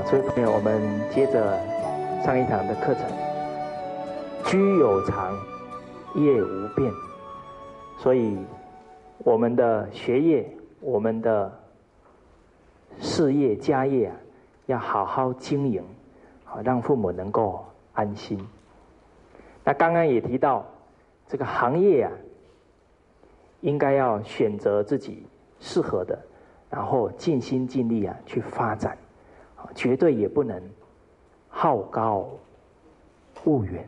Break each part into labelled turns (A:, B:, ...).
A: 所以朋友，我们接着上一堂的课程，居有常，业无变。所以我们的学业、我们的事业、家业啊，要好好经营，让父母能够安心。那刚刚也提到，这个行业啊，应该要选择自己适合的，然后尽心尽力啊去发展，绝对也不能好高骛远。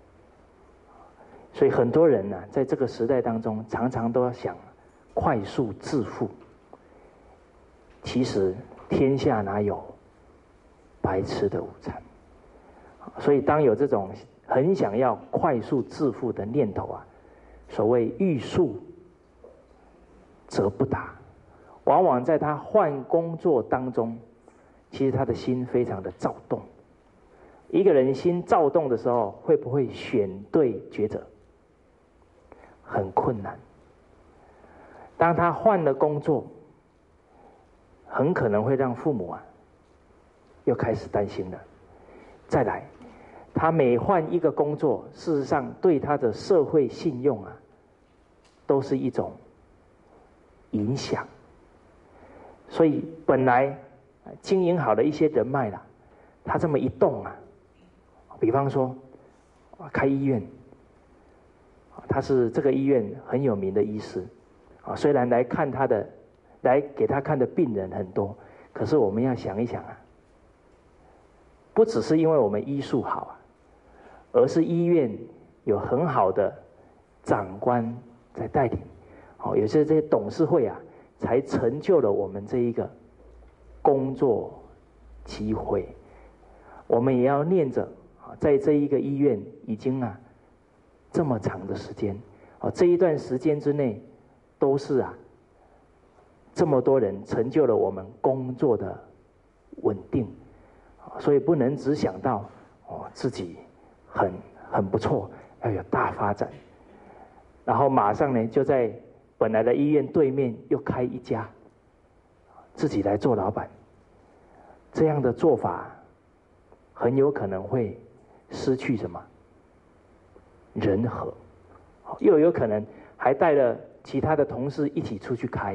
A: 所以很多人呢，在这个时代当中，常常都要想快速致富。其实天下哪有白吃的午餐？所以当有这种很想要快速致富的念头啊，所谓欲速则不达，往往在他换工作当中，其实他的心非常的躁动。一个人心躁动的时候，会不会选对抉择？很困难。当他换了工作，很可能会让父母啊又开始担心了。再来，他每换一个工作，事实上对他的社会信用啊，都是一种影响。所以本来经营好的一些人脉啦，他这么一动啊，比方说开医院，他是这个医院很有名的医师，虽然来给他看的病人很多，可是我们要想一想啊，不只是因为我们医术好啊，而是医院有很好的长官在带领，有些这些董事会啊，才成就了我们这一个工作机会。我们也要念着，在这一个医院已经这么长的时间，这一段时间之内，都是这么多人成就了我们工作的稳定，所以不能只想到自己很不错，要有大发展，然后马上呢就在本来的医院对面又开一家，自己来做老板。这样的做法很有可能会失去什么？人和，又有可能还带了其他的同事一起出去开。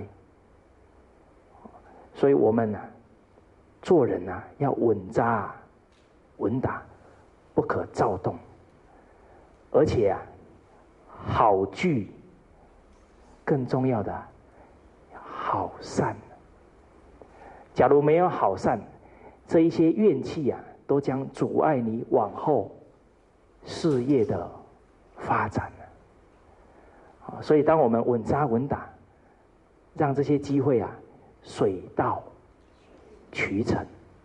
A: 所以我们做人要稳扎稳打，不可躁动，而且好聚，更重要的好散。假如没有好散，这一些怨气都将阻碍你往后事业的发展了。所以当我们稳扎稳打，让这些机会水到渠成，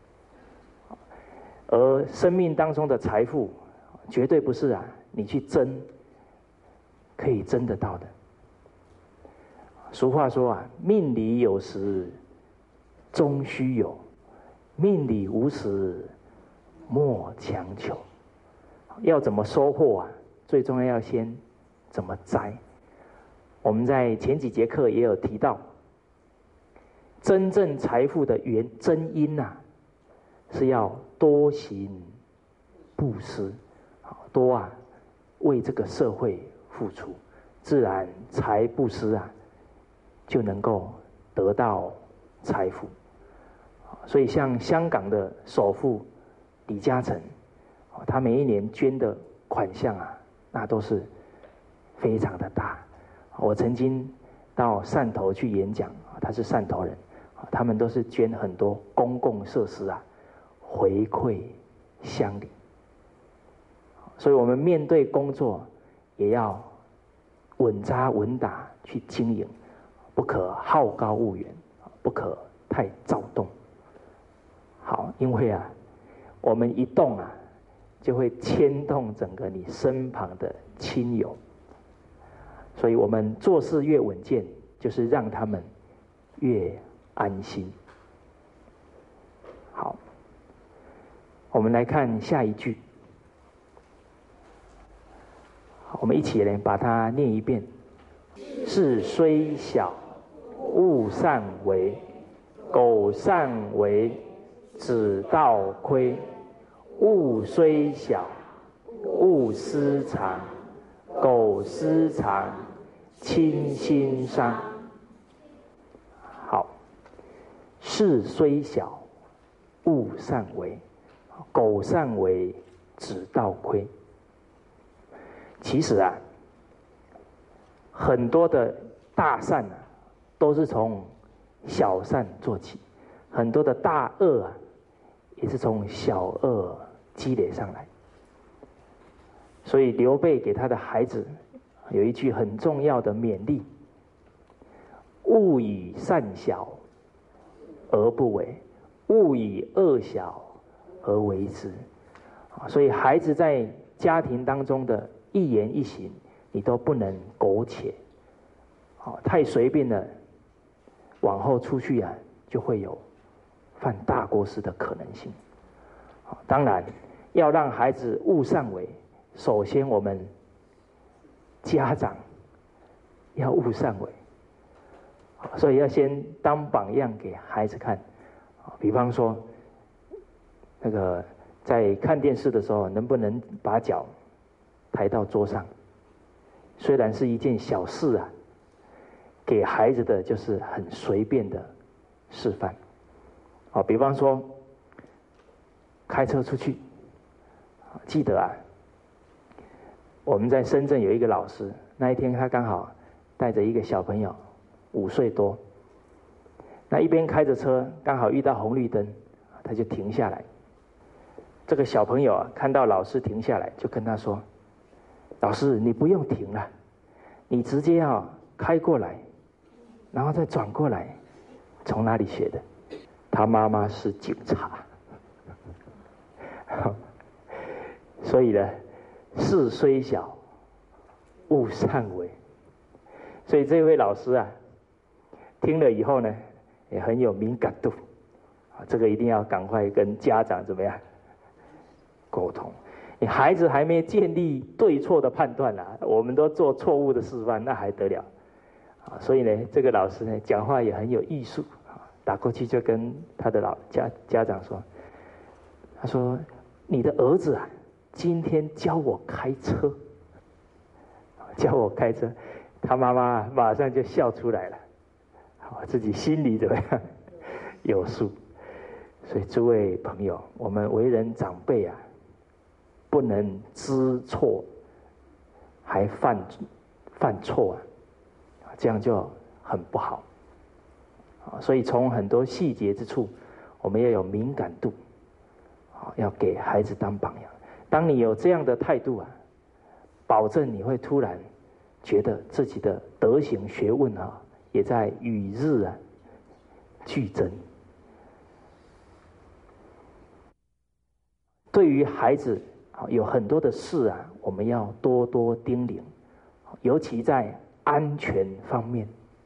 A: 而生命当中的财富绝对不是你去争可以争得到的。俗话说命里有时终须有，命里无时莫强求。要怎么收获最重要先怎么栽。我们在前几节课也有提到，真正财富的真因是要多行布施，多为这个社会付出，自然财布施就能够得到财富。所以像香港的首富李嘉诚，他每一年捐的款项那都是非常的大。我曾经到汕头去演讲，他是汕头人，他们都是捐很多公共设施回馈乡里。所以我们面对工作也要稳扎稳打去经营，不可好高骛远，不可太躁动。好，因为我们一动就会牵动整个你身旁的亲友，所以我们做事越稳健，就是让他们越安心。好，我们来看下一句，我们一起来把它念一遍：事虽小，勿擅为；苟擅为， 只道亏。物虽小，勿私藏。苟私藏，亲心伤。好，事虽小，勿擅为。苟擅为，只道亏。其实啊，很多的大善啊，都是从小善做起；很多的大恶啊，也是从小恶积累上来。所以刘备给他的孩子有一句很重要的勉励：勿以善小而不为，勿以恶小而为之。所以孩子在家庭当中的一言一行，你都不能苟且，太随便了，往后出去啊，就会有犯大过失的可能性。当然，要让孩子勿擅为，首先我们家长要勿擅为，所以要先当榜样给孩子看。比方说，那个在看电视的时候，能不能把脚抬到桌上？虽然是一件小事啊，给孩子的就是很随便的示范。比方说开车出去，记得啊，我们在深圳有一个老师，那一天他刚好带着一个小朋友，5岁多，那一边开着车，刚好遇到红绿灯，他就停下来。这个小朋友啊，看到老师停下来，就跟他说：“老师，你不用停了，你直接开过来，然后再转过来。从哪里学的？”他妈妈是警察。所以呢，事虽小，勿擅为。所以这位老师啊，听了以后呢，也很有敏感度。这个一定要赶快跟家长怎么样沟通。你孩子还没建立对错的判断啊，我们都做错误的示范，那还得了？所以呢，这个老师呢，讲话也很有艺术。打过去就跟他的家长说，他说：“你的儿子啊，今天教我开车，教我开车。”他妈妈马上就笑出来了，自己心里怎么样有数。所以诸位朋友，我们为人长辈啊，不能知错还犯错啊，这样就很不好。所以从很多细节之处，我们要有敏感度，要给孩子当榜样。当你有这样的态度啊，保证你会突然觉得自己的德行学问啊，也在与日啊俱增。对于孩子有很多的事啊，我们要多多叮咛，尤其在安全方面。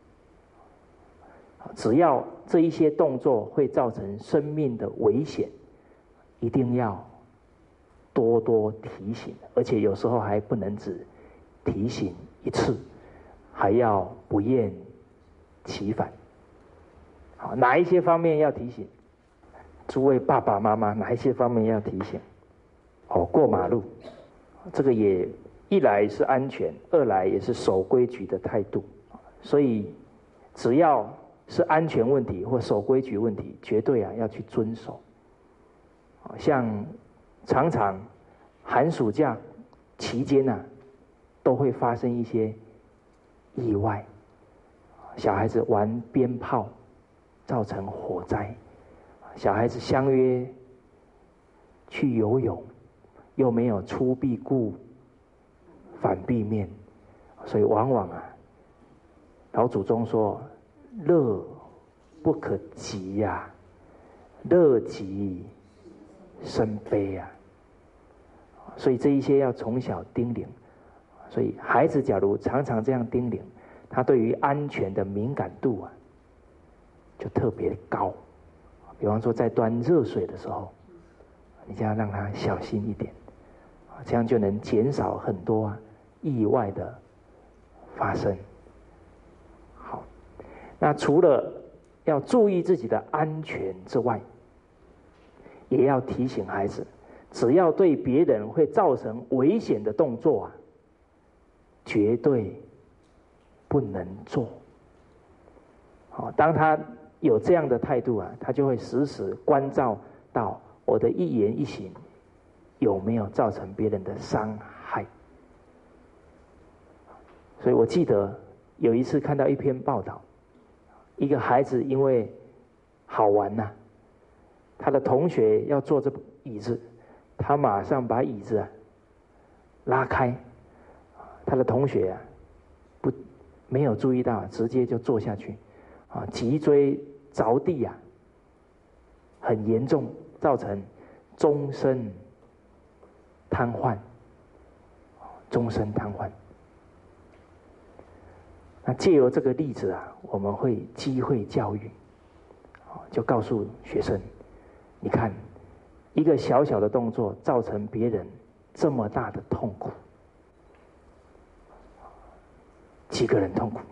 A: 只要这一些动作会造成生命的危险，一定要多多提醒，而且有时候还不能只提醒一次，还要不厌其烦。好，哪一些方面要提醒？诸位爸爸妈妈，哪一些方面要提醒？过马路，这个也一来是安全，二来也是守规矩的态度。所以只要是安全问题或守规矩问题，绝对要去遵守。像常常寒暑假期间都会发生一些意外，小孩子玩鞭炮造成火灾，小孩子相约去游泳，又没有出必顾反必面，所以往往老祖宗说，乐不可极呀，乐极生悲啊。所以这一些要从小叮咛。所以孩子假如常常这样叮咛，他对于安全的敏感度就特别高。比方说在端热水的时候，你就要让他小心一点，这样就能减少很多意外的发生。好，那除了要注意自己的安全之外， 也要提醒孩子，只要对别人会造成危险的动作啊，绝对不能做。好，当他有这样的态度啊，他就会时时关照到我的一言一行有没有造成别人的伤害。所以我记得有一次看到一篇报道，一个孩子因为好玩呐，他的同学要坐这椅子，他马上把椅子拉开，他的同学没有注意到，直接就坐下去，脊椎着地很严重，造成终身瘫痪，终身瘫痪。那借由这个例子我们会机会教育，就告诉学生，你看，一个小小的动作造成别人这么大的痛苦，几个人痛苦？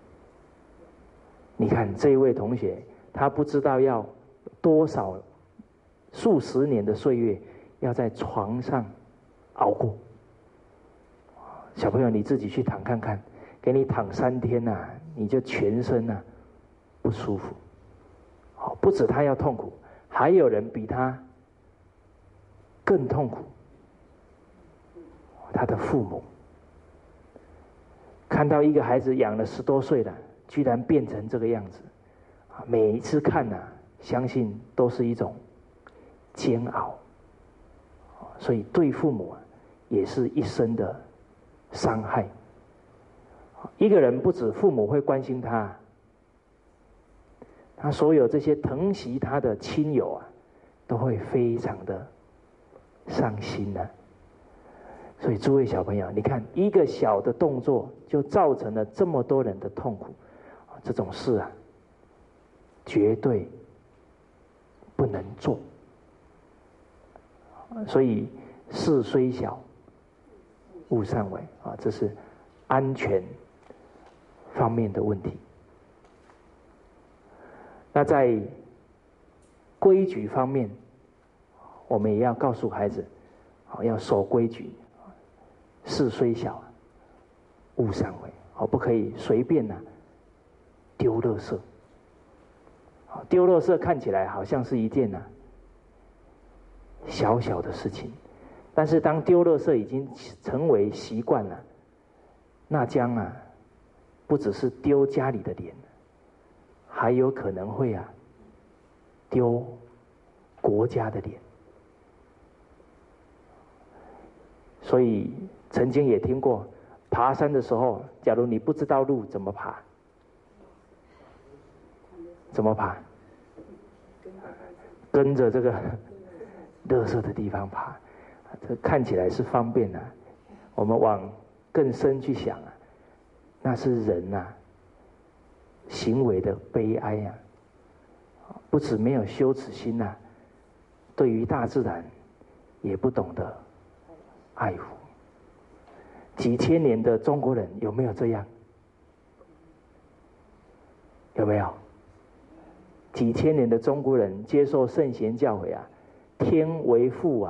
A: 你看这一位同学，他不知道要多少数十年的岁月要在床上熬过。小朋友你自己去躺看看，给你躺3天你就全身不舒服。不止他要痛苦，还有人比他更痛苦，他的父母。看到一个孩子养了10多岁了，居然变成这个样子，每一次看相信都是一种煎熬，所以对父母也是一生的伤害。一个人不止父母会关心他，他所有这些疼惜他的亲友都会非常的伤心。所以诸位小朋友，你看一个小的动作就造成了这么多人的痛苦，这种事绝对不能做。所以事虽小，勿擅为这是安全方面的问题。那在规矩方面，我们也要告诉孩子，要守规矩。事虽小，勿擅为，不可以随便丢垃圾。丢垃圾看起来好像是一件小小的事情，但是当丢垃圾已经成为习惯了，那将不只是丢家里的脸，还有可能会丢国家的脸。所以曾经也听过，爬山的时候，假如你不知道路怎么爬？怎么爬？跟着这个垃圾的地方爬，这看起来是方便我们往更深去想那是人行为的悲哀不止没有羞耻心对于大自然也不懂得爱护。几千年的中国人有没有这样？有没有？几千年的中国人接受圣贤教诲天为父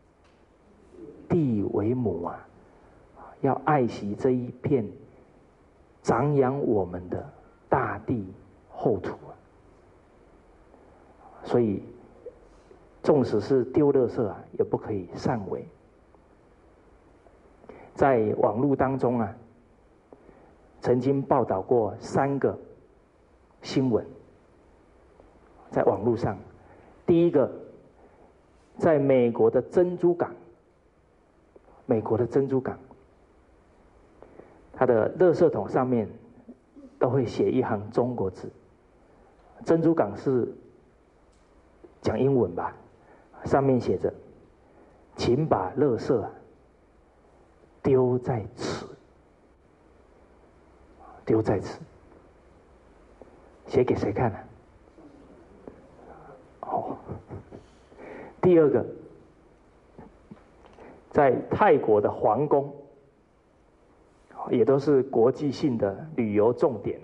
A: 地为母要爱惜这一片长养我们的大地厚土所以纵使是丢垃圾也不可以擅为。在网络当中曾经报道过3个新闻，在网络上。第一个，在美国的珍珠港，它的垃圾桶上面都会写一行中国字。珍珠港是讲英文吧，上面写着，请把垃圾丢在此，丢在此。写给谁看第二个，在泰国的皇宫，也都是国际性的旅游重点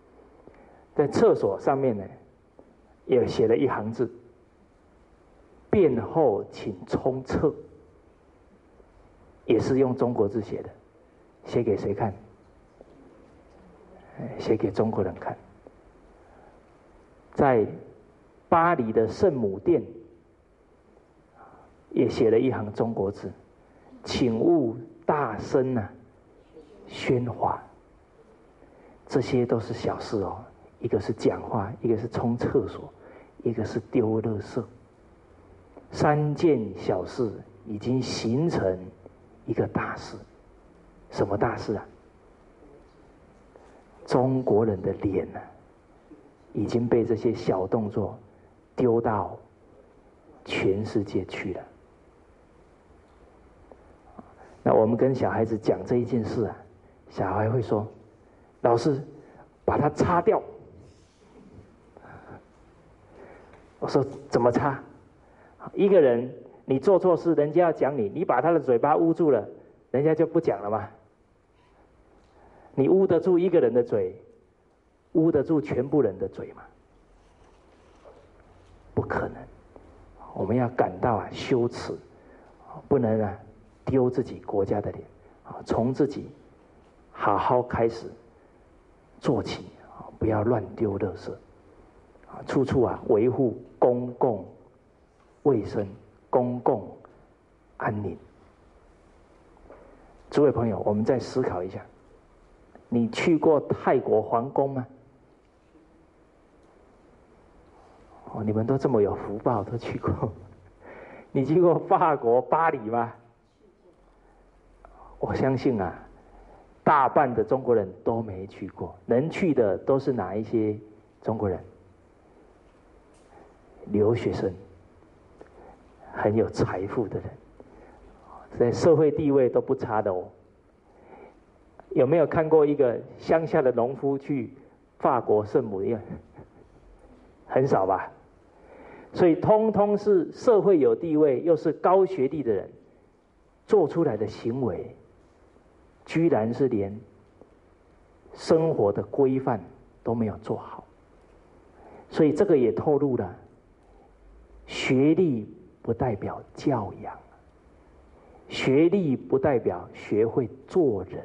A: 在厕所上面也写了一行字， 便后请冲册，也是用中国字写的，写给谁看？写给中国人看。在巴黎的圣母殿也写了一行中国字，请勿大声喧哗。这些都是小事哦，一个是讲话，一个是冲厕所，一个是丢垃圾。3件小事已经形成一个大事。什么大事啊？中国人的脸已经被这些小动作丢到全世界去了。那我们跟小孩子讲这一件事小孩会说：“老师，把它擦掉。”我说：“怎么擦？一个人你做错事，人家要讲你，你把他的嘴巴捂住了，人家就不讲了吗？你捂得住一个人的嘴，捂得住全部人的嘴吗？不可能。我们要感到羞耻，不能丢自己国家的脸，从自己好好开始做起，不要乱丢垃圾，处处维护公共卫生、公共安宁。诸位朋友，我们再思考一下，你去过泰国皇宫吗？你们都这么有福报，都去过。你去过法国巴黎吗？我相信大半的中国人都没去过。能去的都是哪一些中国人？留学生，很有财富的人，在社会地位都不差的哦。有没有看过一个乡下的农夫去法国圣母院？很少吧。所以通通是社会有地位又是高学历的人做出来的行为，居然是连生活的规范都没有做好。所以这个也透露了，学历不代表教养，学历不代表学会做人，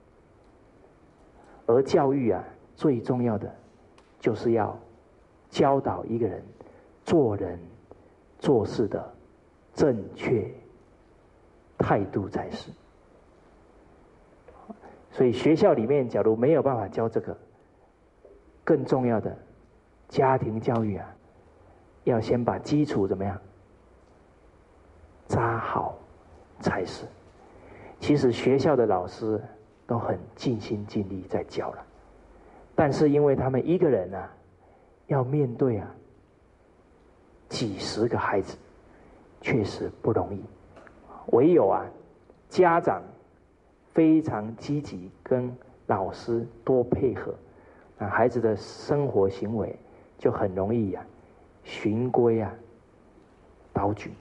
A: 而教育最重要的就是要教导一个人做人做事的正确态度才是。所以学校里面假如没有办法教这个，更重要的家庭教育要先把基础怎么样扎好才是。其实学校的老师都很尽心尽力在教了，但是因为他们一个人要面对几十个孩子，确实不容易。唯有家长非常积极跟老师多配合，孩子的生活行为就很容易循规蹈矩。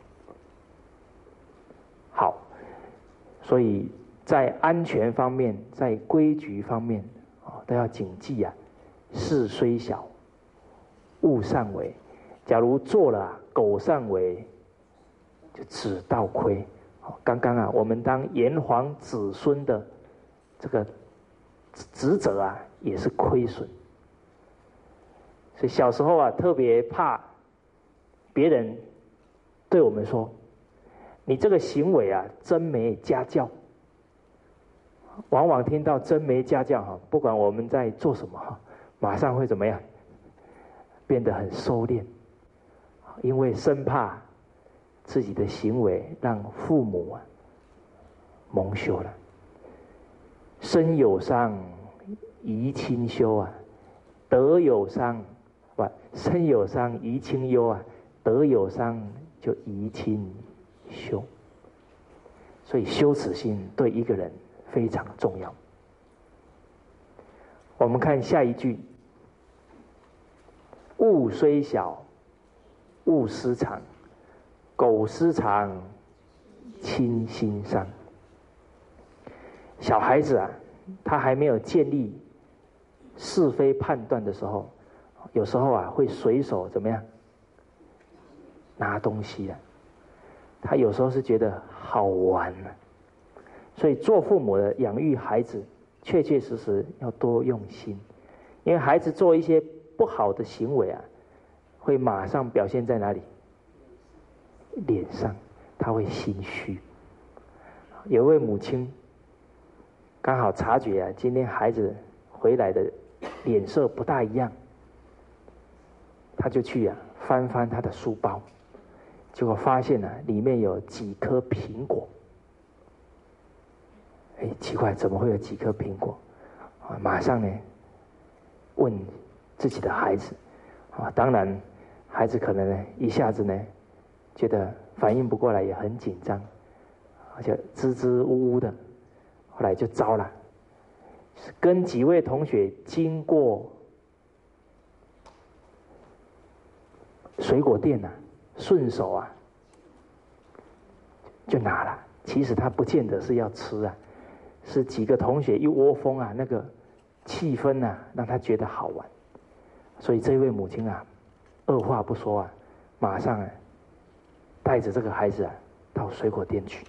A: 好，所以在安全方面，在规矩方面都要谨记事虽小，勿擅为。假如做了苟擅为，就只道亏。刚刚我们当炎黄子孙的这个职责也是亏损。所以小时候特别怕别人对我们说：“你这个行为真没家教。”往往听到真没家教不管我们在做什么马上会怎么样？变得很收敛。因为生怕自己的行为让父母蒙羞了。身有伤，贻亲羞德有伤，身有伤，贻亲忧德有伤就贻亲羞。所以羞耻心对一个人非常重要。我们看下一句：物虽小，勿私藏，苟私藏，亲心伤。小孩子他还没有建立是非判断的时候，有时候会随手怎么样拿东西他有时候是觉得好玩啊。所以做父母的养育孩子，确确实实要多用心，因为孩子做一些不好的行为啊，会马上表现在哪里？脸上，他会心虚。有位母亲刚好察觉啊，今天孩子回来的脸色不大一样，他就去啊翻翻他的书包，结果发现啊里面有几颗苹果。哎，奇怪，怎么会有几颗苹果？啊，马上呢问自己的孩子，啊，当然孩子可能呢一下子呢觉得反应不过来，也很紧张，而且支支吾吾的，后来就糟了，跟几位同学经过水果店啊，顺手啊就拿了。其实他不见得是要吃啊，是几个同学一窝蜂啊，那个气氛啊让他觉得好玩，所以这位母亲啊二话不说啊，马上啊带着这个孩子啊到水果店去。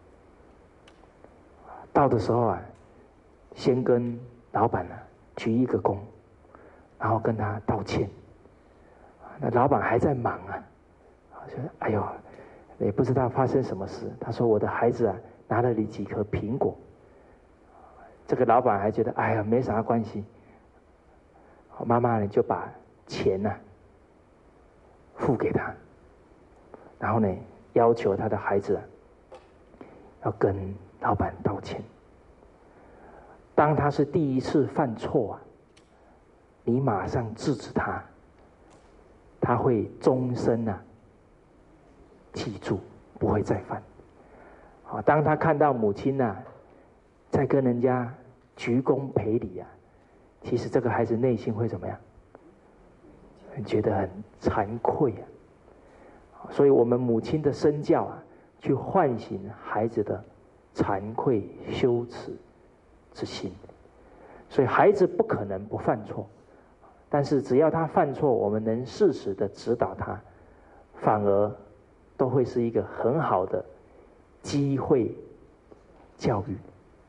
A: 到的时候啊，先跟老板啊鞠一个躬，然后跟他道歉。那老板还在忙啊，说哎呦，也不知道发生什么事。他说我的孩子啊拿了你几颗苹果。这个老板还觉得哎呀没啥关系，妈妈呢就把钱呢付给他，然后呢要求他的孩子啊要跟老板道歉。当他是第一次犯错啊，你马上制止他，他会终身啊记住，不会再犯。好，当他看到母亲啊在跟人家鞠躬赔礼啊，其实这个孩子内心会怎么样？觉得很惭愧啊。所以我们母亲的身教啊，去唤醒孩子的惭愧羞耻之心。所以孩子不可能不犯错，但是只要他犯错，我们能适时的指导他，反而都会是一个很好的机会教育。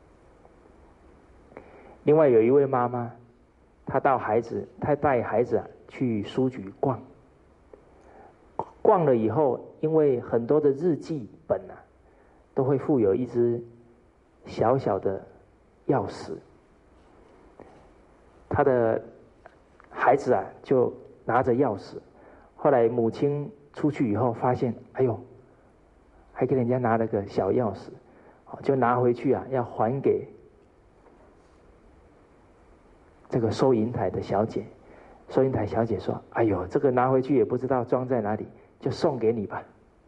A: 另外有一位妈妈，她带孩子啊去书局逛，逛了以后，因为很多的日记本啊，都会附有一只小小的钥匙，她的孩子啊就拿着钥匙，后来母亲出去以后发现，哎呦，还给人家拿了个小钥匙，就拿回去啊要还给这个收银台的小姐。收银台小姐说：“哎呦，这个拿回去也不知道装在哪里，就送给你吧。”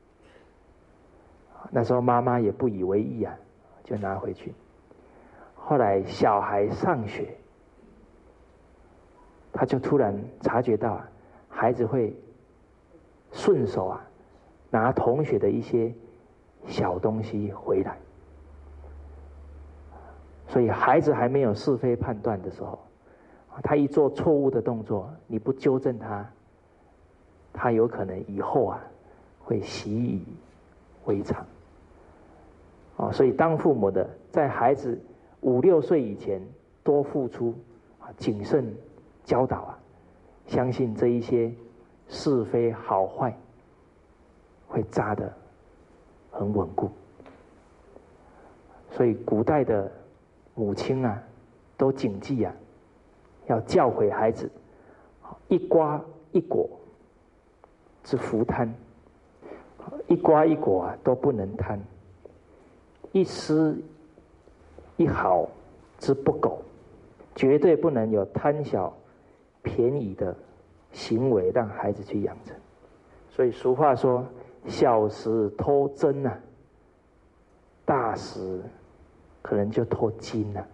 A: 那时候妈妈也不以为意啊，就拿回去。后来小孩上学，他就突然察觉到啊，孩子会顺手啊拿同学的一些小东西回来，所以孩子还没有是非判断的时候，他一做错误的动作，你不纠正他，他有可能以后啊会习以为常。所以当父母的在孩子5、6岁以前多付出谨慎教导啊，相信这一些是非好坏会扎得很稳固。所以古代的母亲啊都谨记啊，要教诲孩子一瓜一果之福贪，一瓜一果啊都不能贪，一丝一毫之不苟，绝对不能有贪小便宜的行为让孩子去养成。所以俗话说，小时偷针啊，大时可能就偷金了。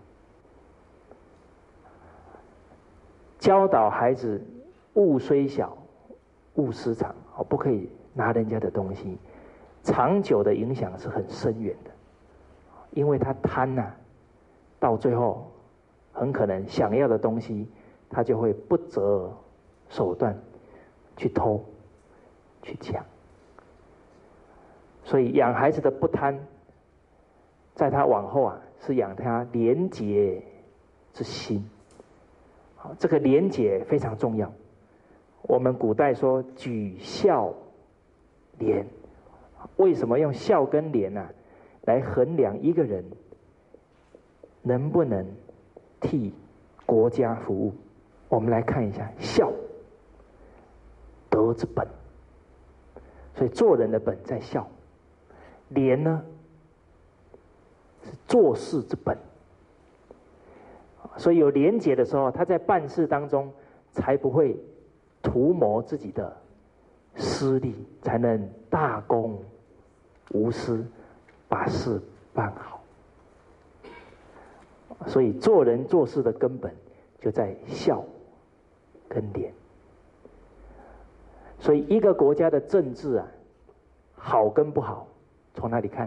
A: 教导孩子物虽小勿私藏，不可以拿人家的东西，长久的影响是很深远的。因为他贪啊，到最后很可能想要的东西，他就会不择手段去偷去抢。 所以养孩子的不贪，在他往后啊，是养他廉洁之心。好，这个廉洁非常重要。我们古代说举孝廉，为什么用孝跟廉啊来衡量一个人能不能替国家服务？我们来看一下孝，德之本，所以做人的本在孝。廉呢是做事之本，所以有廉洁的时候，他在办事当中才不会图谋自己的私利，才能大公无私，把事办好。所以做人做事的根本就在孝跟廉。所以一个国家的政治啊，好跟不好，从哪里看？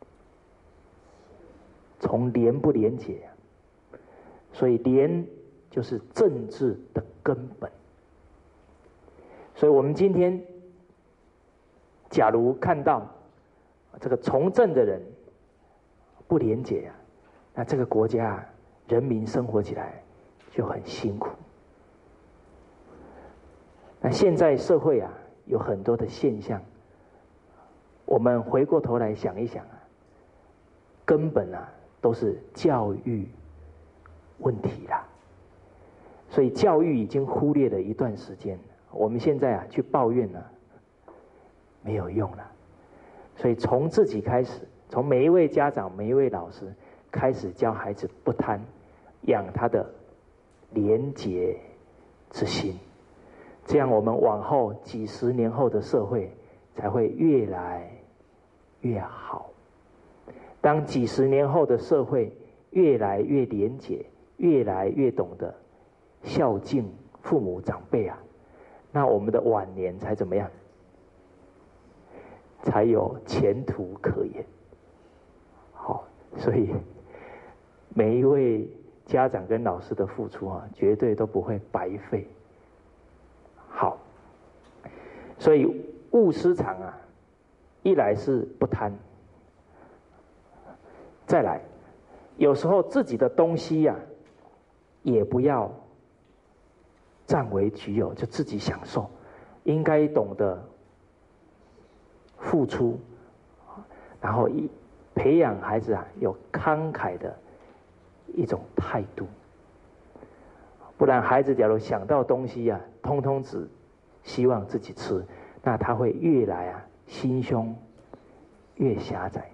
A: 从廉不廉洁啊。所以廉就是政治的根本。所以我们今天假如看到这个从政的人不廉洁啊，那这个国家啊，人民生活起来就很辛苦。那现在社会啊，有很多的现象，我们回过头来想一想啊，根本啊都是教育问题啦。所以教育已经忽略了一段时间，我们现在啊去抱怨呢，没有用了。所以从自己开始，从每一位家长、每一位老师开始教孩子不贪，养他的廉洁之心，这样我们往后几十年后的社会才会越来越好。当几十年后的社会越来越廉洁，越来越懂得孝敬父母长辈啊，那我们的晚年才怎么样？才有前途可言。好，所以每一位家长跟老师的付出啊，绝对都不会白费。好，所以务私藏啊，一来是不贪，再来，有时候自己的东西呀，也不要占为己有，就自己享受，应该懂得付出，然后培养孩子啊有慷慨的一种态度。不然孩子假如想到东西啊，通通只希望自己吃，那他会越来啊心胸越狭窄。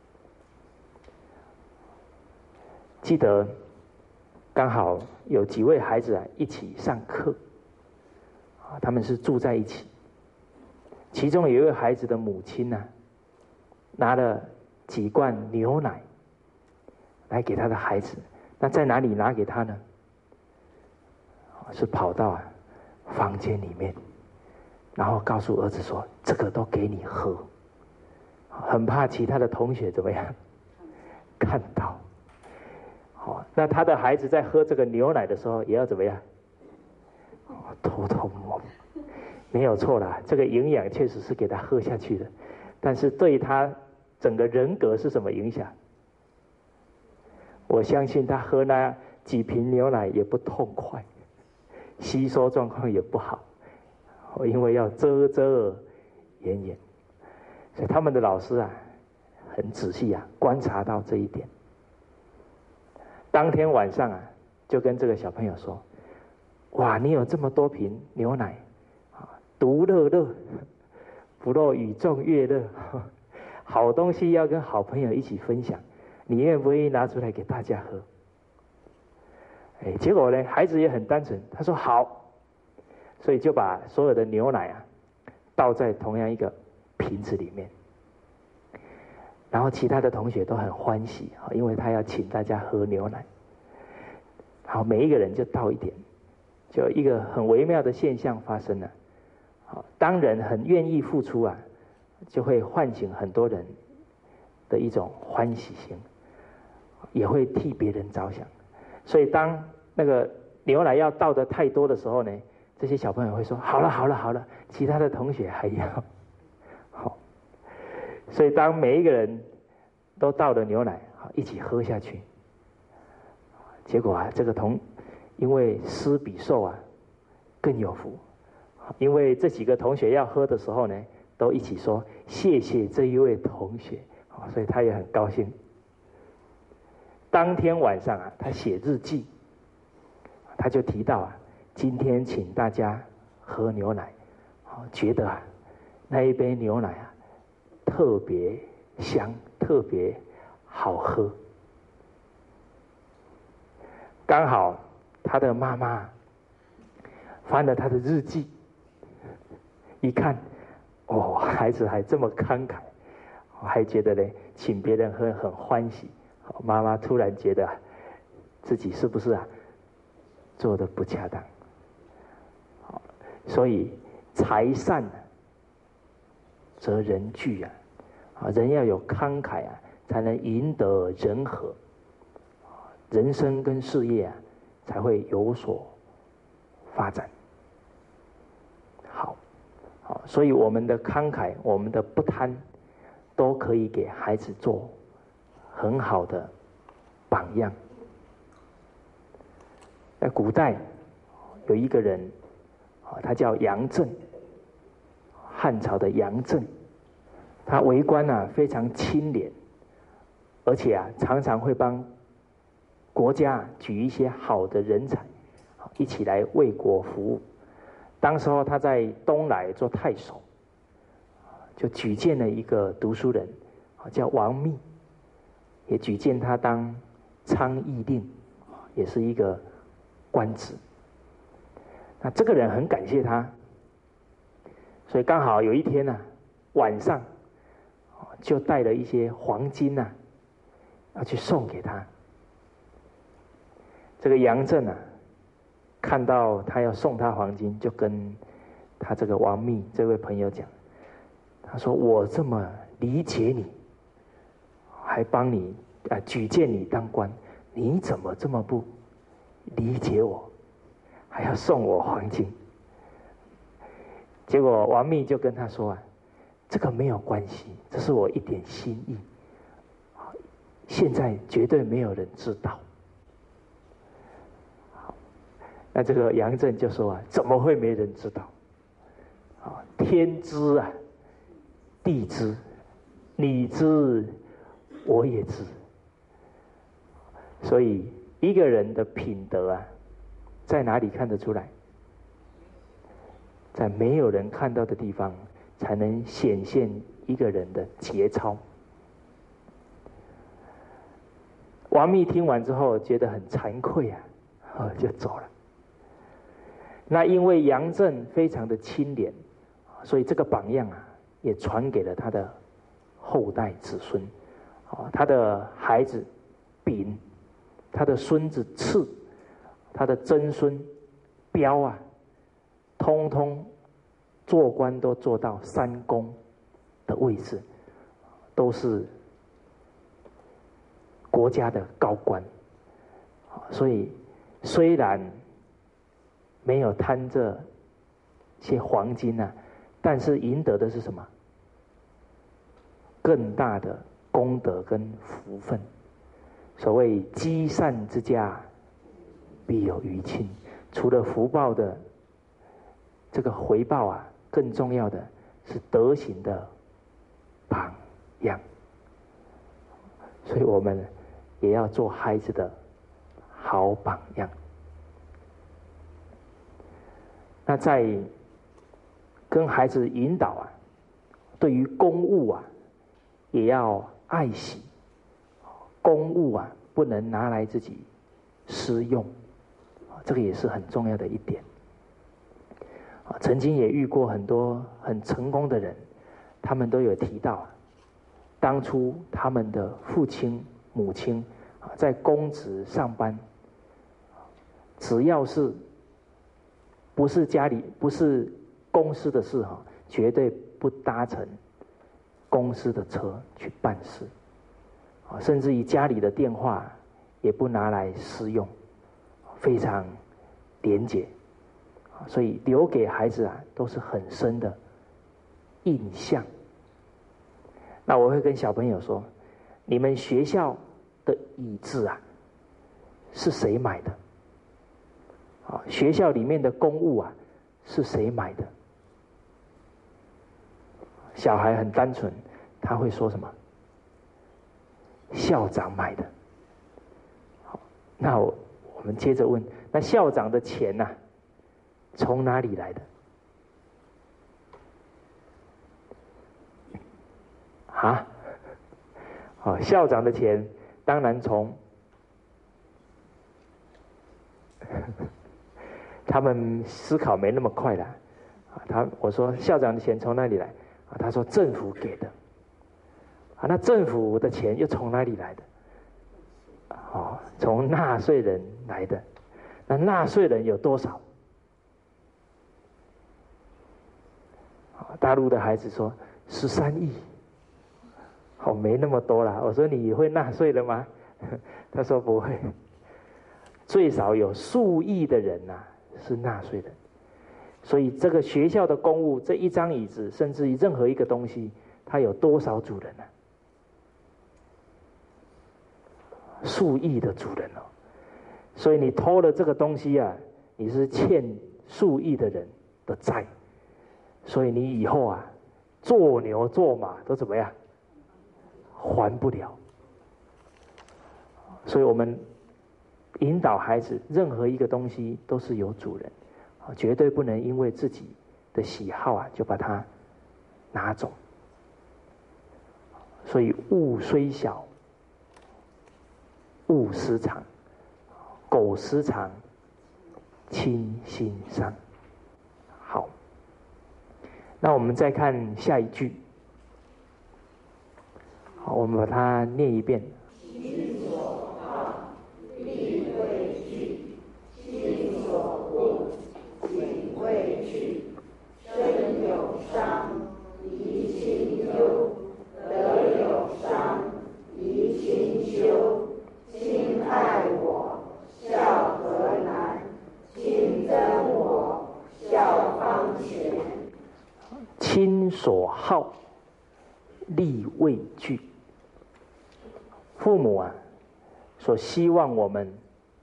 A: 记得刚好有几位孩子啊一起上课，他们是住在一起。其中有一位孩子的母亲呢，拿了几罐牛奶来给他的孩子。那在哪里拿给他呢？是跑到房间里面，然后告诉儿子说：“这个都给你喝。”很怕其他的同学怎么样看到。那他的孩子在喝这个牛奶的时候，也要怎么样？偷偷摸摸。没有错啦，这个营养确实是给他喝下去的，但是对他整个人格是什么影响？我相信他喝那几瓶牛奶也不痛快，吸收状况也不好，因为要遮遮掩掩。所以他们的老师啊，很仔细啊观察到这一点。当天晚上啊，就跟这个小朋友说：“哇，你有这么多瓶牛奶。独乐乐，不若与众乐乐。好东西要跟好朋友一起分享，你愿不愿意拿出来给大家喝？”结果呢，孩子也很单纯，他说好，所以就把所有的牛奶啊倒在同样一个瓶子里面。然后其他的同学都很欢喜，因为他要请大家喝牛奶。然后每一个人就倒一点，就一个很微妙的现象发生了。当人很愿意付出啊，就会唤醒很多人的一种欢喜心，也会替别人着想。所以当那个牛奶要倒的太多的时候呢，这些小朋友会说：“好了好了好了，其他的同学还要。”好， 所以当每一个人都倒了牛奶，一起喝下去，结果啊，这个因为施比受啊更有福，因为这几个同学要喝的时候呢，都一起说谢谢这一位同学，所以他也很高兴。当天晚上啊，他写日记，他就提到啊，今天请大家喝牛奶，觉得啊，那一杯牛奶啊特别香，特别好喝。刚好他的妈妈翻了他的日记，一看，哦，孩子还这么慷慨，还觉得呢，请别人喝很欢喜。妈妈突然觉得自己是不是啊做的不恰当？所以财善则人聚啊，人要有慷慨啊，才能赢得人和，人生跟事业啊才会有所发展。好，所以我们的慷慨，我们的不贪，都可以给孩子做很好的榜样。在古代有一个人，他叫杨震，汉朝的杨震，他为官啊非常清廉，而且啊常常会帮国家举一些好的人才，一起来为国服务。当时候他在东莱做太守，就举荐了一个读书人，叫王密，也举荐他当昌邑令，也是一个官职。那这个人很感谢他，所以刚好有一天呢，晚上就带了一些黄金啊，要去送给他。这个杨震啊，看到他要送他黄金，就跟他这个王密这位朋友讲，他说：“我这么理解你，还帮你举荐你当官，你怎么这么不理解我，还要送我黄金？”结果王密就跟他说啊：“这个没有关系，这是我一点心意，现在绝对没有人知道。”好，那这个杨震就说啊：“怎么会没人知道？天知啊，地知，你知，我也知。”所以一个人的品德啊，在哪里看得出来？在没有人看到的地方，才能显现一个人的节操。王密听完之后觉得很惭愧啊，就走了。那因为杨震非常的清廉，所以这个榜样啊，也传给了他的后代子孙。他的孩子丙，他的孙子次，他的曾孙彪啊，通通做官都做到3公的位置，都是国家的高官。所以虽然没有贪这些黄金啊，但是赢得的是什么？更大的功德跟福分。所谓积善之家，必有余庆。除了福报的这个回报啊，更重要的是德行的榜样。所以我们也要做孩子的好榜样。那在跟孩子引导啊，对于公物啊，也要爱惜。公物啊，不能拿来自己私用，这个也是很重要的一点。曾经也遇过很多很成功的人，他们都有提到，当初他们的父亲、母亲在公职上班，只要是不是家里不是公司的事绝对不搭乘公司的车去办事。甚至于家里的电话也不拿来私用，非常廉洁，所以留给孩子啊都是很深的印象。 那我会跟小朋友说，你们学校的椅子啊，是谁买的？学校里面的公物啊，是谁买的？小孩很单纯，他会说什么？校长买的。好，那我们接着问，那校长的钱啊，从哪里来的？啊？校长的钱当然从他们思考没那么快啦。我说校长的钱从哪里来？他说政府给的。那政府的钱又从哪里来的？从纳税人来的。那纳税人有多少？大陆的孩子说13亿。没那么多啦。我说你会纳税了吗？他说不会。最少有数亿的人啊是纳税人。所以这个学校的公物，这一张椅子，甚至于任何一个东西，它有多少主人呢？数亿的主人哦。所以你偷了这个东西啊，你是欠数亿的人的债。所以你以后啊，做牛做马都怎么样？还不了。所以我们引导孩子，任何一个东西都是有主人，绝对不能因为自己的喜好啊，就把它拿走。所以物虽小，勿私藏，苟私藏，亲心伤。好，那我们再看下一句。好，我们把它念一遍。
B: 心所好，必畏惧；心所恶，谨畏惧。身有伤，贻亲忧；德有伤，贻亲羞。亲爱我，孝何难；亲憎我，孝方全。
A: 亲所好，力畏惧。父母啊，所希望我们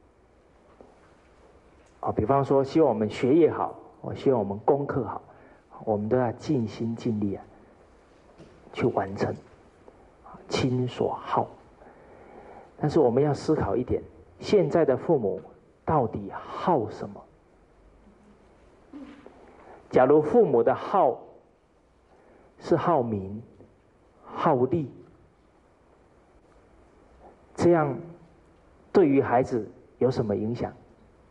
A: 比方说希望我们学业好，希望我们功课好，我们都要尽心尽力啊去完成。亲所好。但是我们要思考一点，现在的父母到底好什么？假如父母的好是好名、好利，这样对于孩子有什么影响？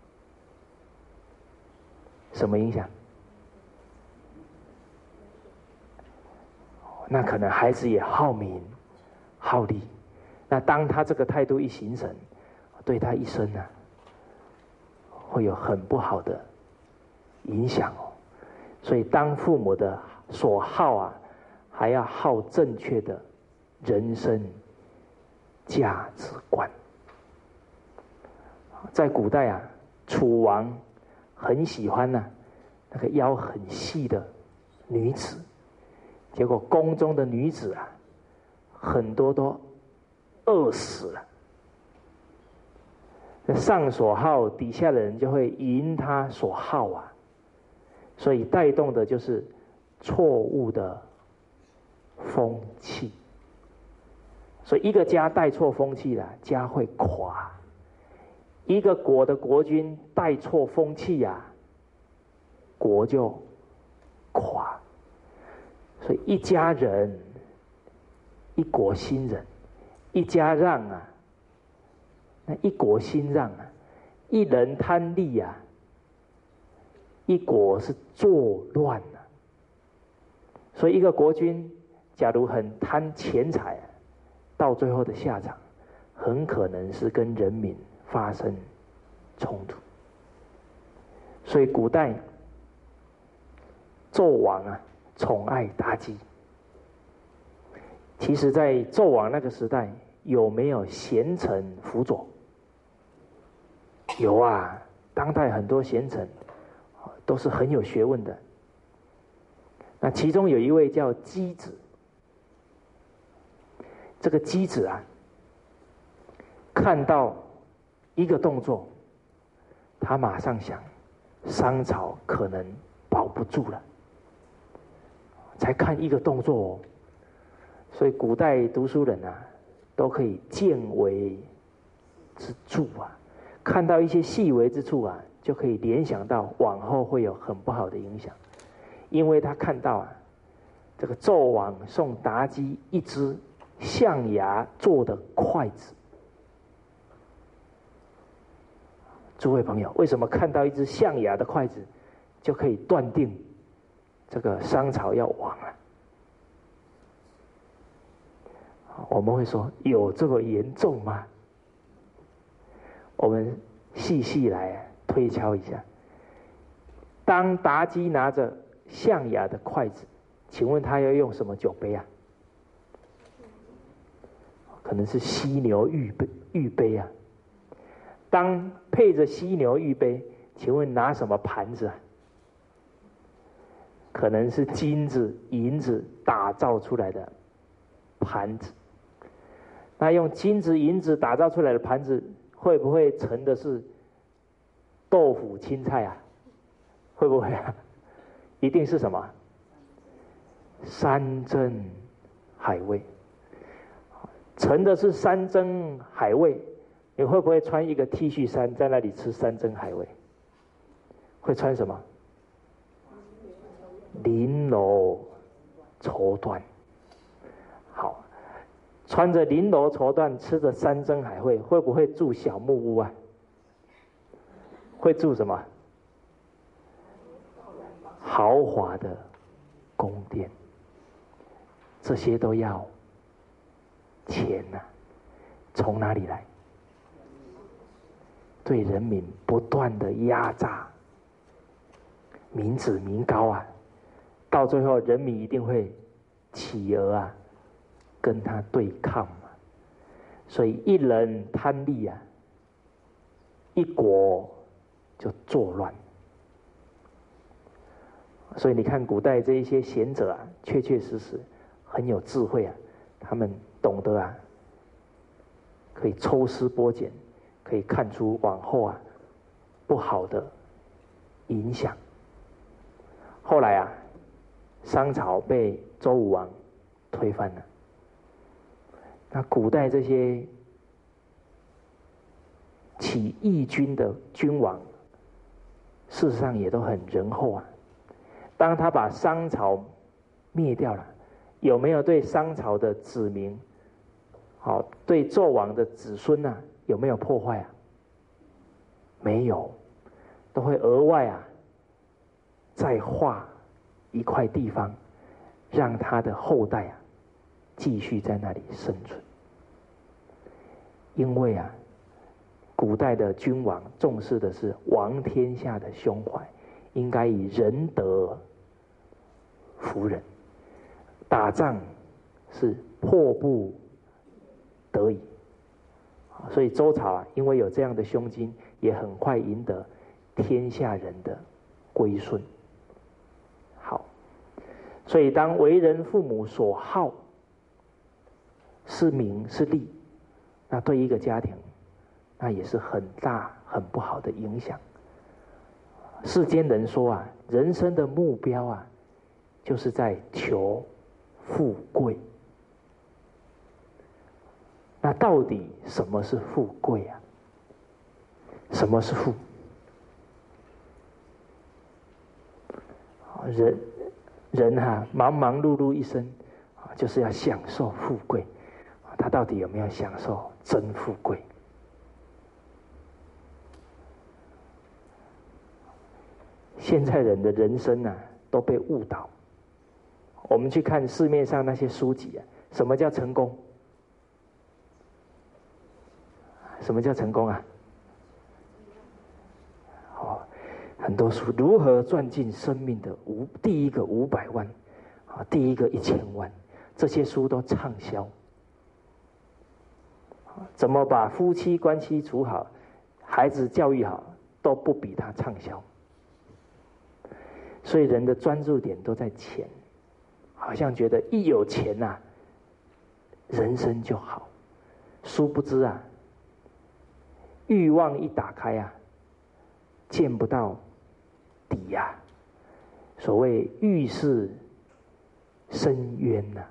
A: 什么影响？那可能孩子也好名、好利。那当他这个态度一形成，对他一生啊，会有很不好的影响哦。所以当父母的所好啊，还要好正确的人生价值观。在古代啊，楚王很喜欢那个腰很细的女子，结果宫中的女子啊，很多都饿死了。上所好，底下的人就会迎他所好啊，所以带动的就是错误的风气。所以一个家带错风气了，家会垮；一个国的国君带错风气啊，国就垮。所以一家人，一国兴仁；一家让啊，那一国兴让啊；一人贪利啊，一国是作乱啊。所以一个国君假如很贪钱财啊，到最后的下场很可能是跟人民发生冲突。所以古代纣王啊宠爱妲己，其实在纣王那个时代有没有贤臣辅佐？有啊，当代很多贤臣都是很有学问的。那其中有一位叫箕子，箕子这个机子啊，看到一个动作，他马上想，商朝可能保不住了，才看一个动作哦。所以古代读书人啊，都可以见微知著啊，看到一些细微之处啊，就可以联想到往后会有很不好的影响。因为他看到啊，这个纣王送妲己一只象牙做的筷子。诸位朋友，为什么看到一只象牙的筷子就可以断定这个商朝要亡了？我们会说，有这么严重吗？我们细细来推敲一下。当妲己拿着象牙的筷子，请问他要用什么酒杯啊？可能是犀牛玉杯啊。当配着犀牛玉杯，请问拿什么盘子啊？可能是金子、银子打造出来的盘子。那用金子、银子打造出来的盘子，会不会盛的是豆腐、青菜啊？会不会啊？一定是什么？山珍海味。盛的是山珍海味，你会不会穿一个 T 恤衫在那里吃山珍海味？会穿什么？绫罗绸缎。好，穿着绫罗绸缎，吃着山珍海味，会不会住小木屋啊？会住什么？豪华的宫殿。这些都要钱啊，从哪里来？对人民不断的压榨，民脂民膏啊，到最后人民一定会起而啊，跟他对抗嘛。所以一人贪利啊，一国就作乱。所以你看古代这一些贤者啊，确确实实很有智慧啊，他们懂得啊，可以抽丝剥茧，可以看出往后啊不好的影响。后来啊，商朝被周武王推翻了。那古代这些起义军的君王，事实上也都很仁厚啊。当他把商朝灭掉了，有没有对商朝的子民，好，对纣王的子孙啊，有没有破坏啊？没有，都会额外啊再划一块地方，让他的后代啊继续在那里生存。因为啊，古代的君王重视的是王天下的胸怀，应该以仁德服人。打仗是迫不得已，所以周朝啊，因为有这样的胸襟，也很快赢得天下人的归顺。好，所以当为人父母所好是名是利，那对一个家庭，那也是很大很不好的影响。世间人说啊，人生的目标啊，就是在求富贵。那到底什么是富贵啊？什么是富？人忙忙碌碌一生就是要享受富贵，他到底有没有享受真富贵？现在人的人生啊，都被误导。我们去看市面上那些书籍啊，什么叫成功？什么叫成功啊？很多书，如何赚进生命的第一个500万，第一个1000万，这些书都畅销。怎么把夫妻关系处好，孩子教育好，都不比他畅销。所以人的专注点都在钱，好像觉得一有钱啊， 人生就好。殊不知啊，欲望一打开啊，见不到底呀、所谓欲是深渊呐、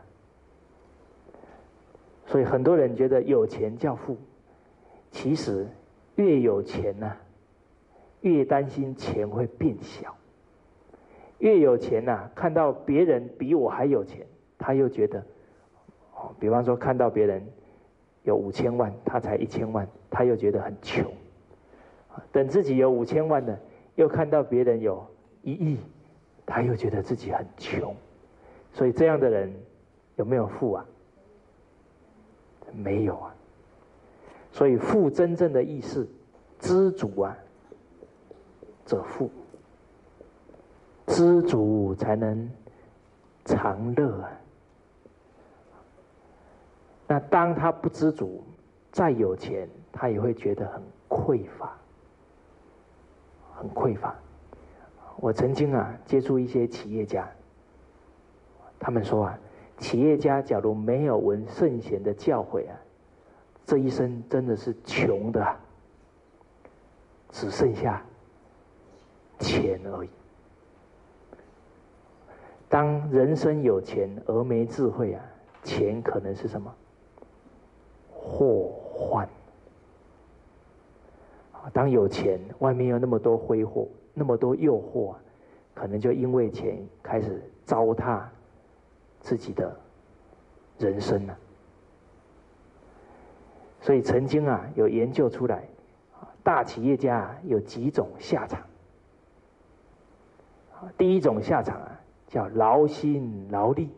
A: 所以很多人觉得有钱叫富，其实越有钱呢、越担心钱会变小。越有钱呐、看到别人比我还有钱，他又觉得，比方说看到别人有5000万，他才1000万，他又觉得很穷。等自己有5000万的，又看到别人有1亿，他又觉得自己很穷。所以这样的人有没有富啊？没有啊。所以富真正的意思，知足啊，者富。知足才能常乐啊。那当他不知足，再有钱，他也会觉得很匮乏，很匮乏。我曾经啊接触一些企业家，他们说啊，企业家假如没有闻圣贤的教诲啊，这一生真的是穷的啊，只剩下钱而已。当人生有钱而没智慧啊，钱可能是什么？祸患。当有钱，外面有那么多挥霍，那么多诱惑啊，可能就因为钱开始糟蹋自己的人生了。所以曾经啊有研究出来，大企业家有几种下场。第一种下场啊，叫劳心劳力，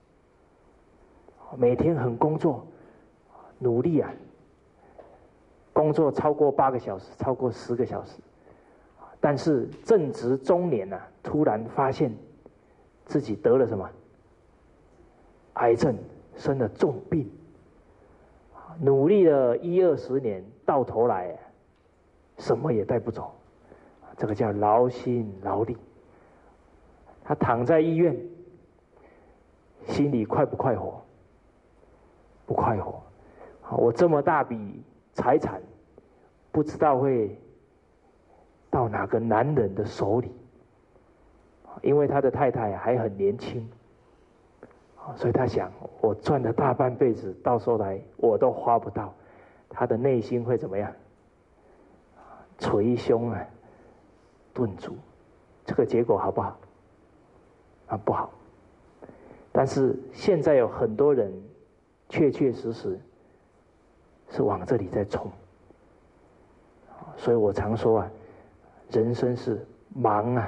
A: 每天很工作，努力啊，工作超过8个小时，超过10个小时，但是正值中年啊，突然发现自己得了什么癌症，生了重病，努力了10-20年，到头来什么也带不走，这个叫劳心劳力。他躺在医院，心里快不快活？不快活。我这么大笔财产，不知道会到哪个男人的手里，因为他的太太还很年轻，所以他想，我赚了大半辈子，到时候来我都花不到，他的内心会怎么样？捶胸啊，顿足，这个结果好不好？不好。但是现在有很多人确确实实是往这里在冲，所以我常说啊，人生是忙啊，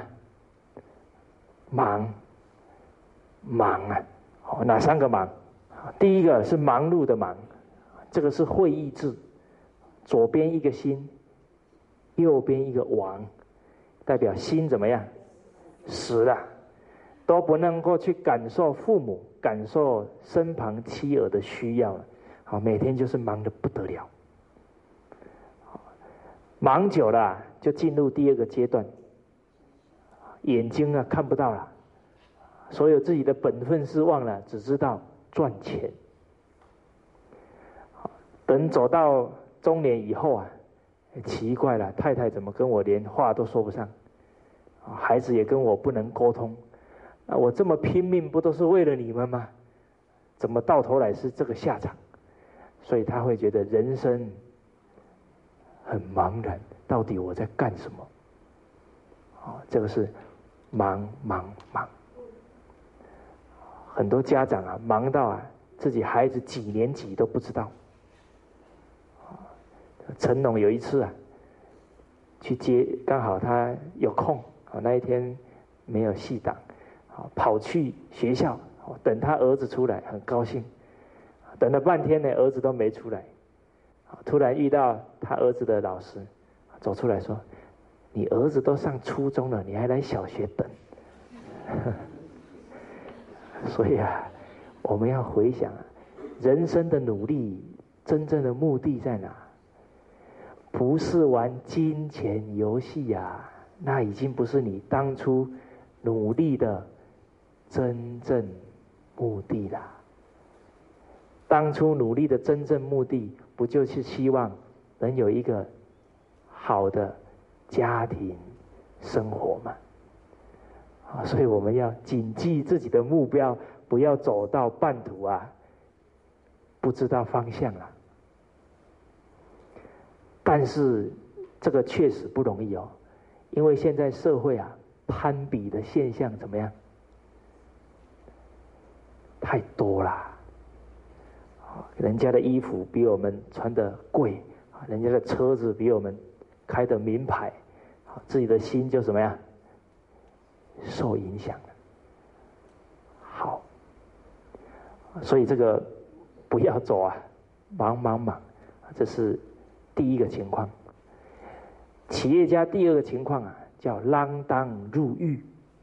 A: 忙啊。哪3个忙？第一个是忙碌的忙，这个是会意字，左边一个心，右边一个亡，代表心怎么样？死了。都不能够去感受父母、感受身旁妻儿的需要了，每天就是忙得不得了。忙久了就进入第2个阶段，眼睛啊看不到了，所有自己的本分是忘了，只知道赚钱。等走到中年以后啊，奇怪了，太太怎么跟我连话都说不上，孩子也跟我不能沟通。我这么拼命，不都是为了你们吗？怎么到头来是这个下场？所以他会觉得人生很茫然，到底我在干什么？这个是忙。很多家长啊，忙到啊，自己孩子几年级都不知道。成龙有一次啊，去接，刚好他有空，那一天没有戏档。跑去学校等他儿子出来，很高兴。等了半天呢，儿子都没出来。突然遇到他儿子的老师，走出来说：“你儿子都上初中了，你还来小学等？”所以啊，我们要回想人生的努力，真正的目的在哪？不是玩金钱游戏啊，那已经不是你当初努力的真正目的啦。 当初努力的真正目的，不就是希望能有一个好的家庭生活吗？所以我们要谨记自己的目标，不要走到半途啊，不知道方向了。但是这个确实不容易哦，因为现在社会啊，攀比的现象怎么样？太多啦！人家的衣服比我们穿的贵，人家的车子比我们开的名牌，自己的心就怎么样？受影响了。好，所以这个不要走啊，忙，这是第一个情况。企业家第二个情况啊，叫锒铛入狱。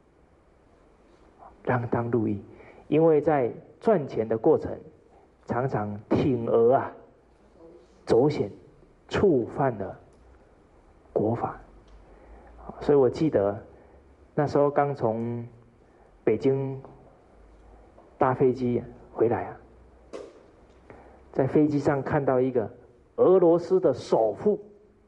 A: 锒铛入狱，因为在赚钱的过程，常常铤而啊走险，触犯了国法。所以我记得那时候刚从北京搭飞机回来啊，在飞机上看到一个俄罗斯的首富，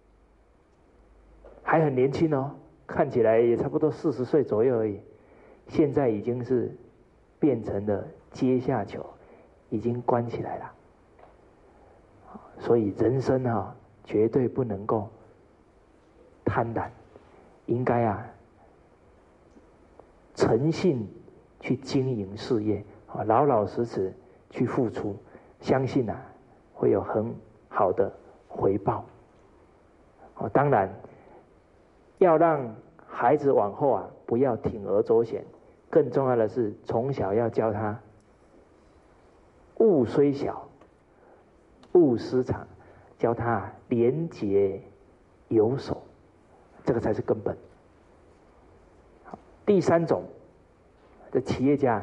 A: 还很年轻哦，看起来也差不多40岁左右而已，现在已经是变成了阶下囚，已经关起来了。所以人生啊，绝对不能够贪婪，应该啊诚信去经营事业，老老实实去付出，相信啊会有很好的回报。当然要让孩子往后啊不要铤而走险，更重要的是从小要教他勿虽小勿私藏，教他廉洁有守，这个才是根本。第三种的企业家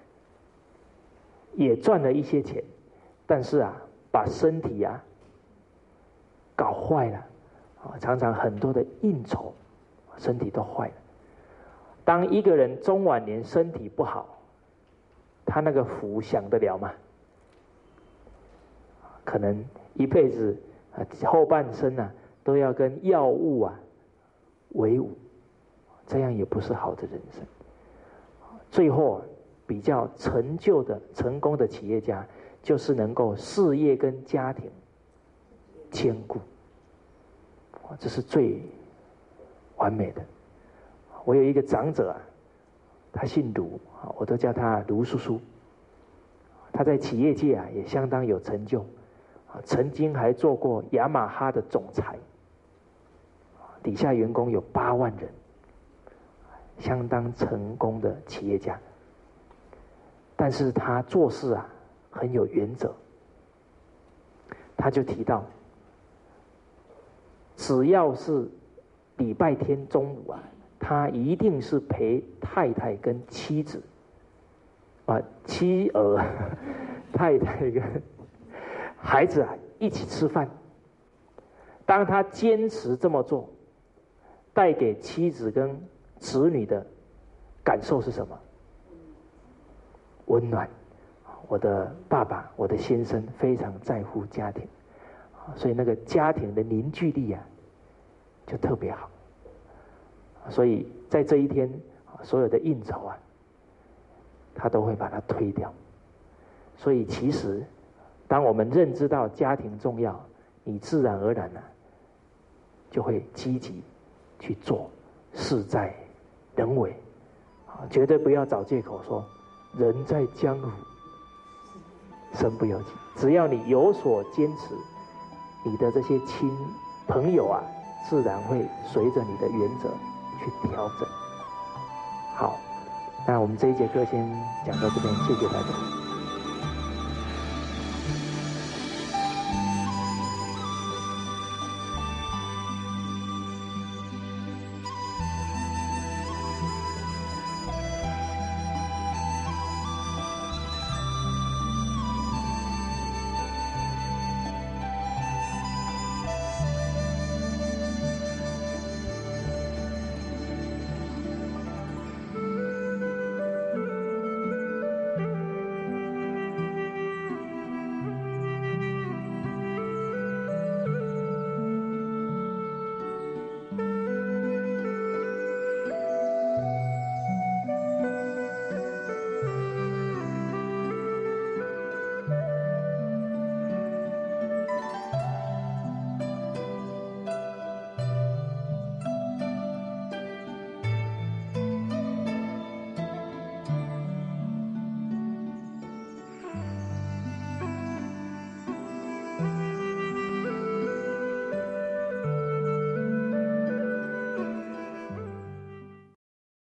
A: 也赚了一些钱，但是啊把身体啊搞坏了，常常很多的应酬，身体都坏了。当一个人中晚年身体不好，他那个福享得了吗？可能一辈子后半生啊都要跟药物啊为伍，这样也不是好的人生。最后比较成功的企业家，就是能够事业跟家庭兼顾，这是最完美的。我有一个长者啊，他姓卢，我都叫他卢叔叔。他在企业界啊也相当有成就，曾经还做过雅马哈的总裁，底下员工有8万人，相当成功的企业家。但是他做事啊很有原则，他就提到，只要是礼拜天中午啊，他一定是陪太太跟妻子妻儿太太跟孩子啊一起吃饭。当他坚持这么做，带给妻子跟子女的感受是什么？温暖。我的爸爸，我的先生非常在乎家庭，所以那个家庭的凝聚力啊就特别好。所以在这一天，所有的应酬啊他都会把它推掉。所以其实当我们认知到家庭重要，你自然而然就会积极去做，事在人为，绝对不要找借口说人在江湖身不由己。只要你有所坚持，你的这些朋友啊自然会随着你的原则去调整。好，那我们这一节课先讲到这边，谢谢大家。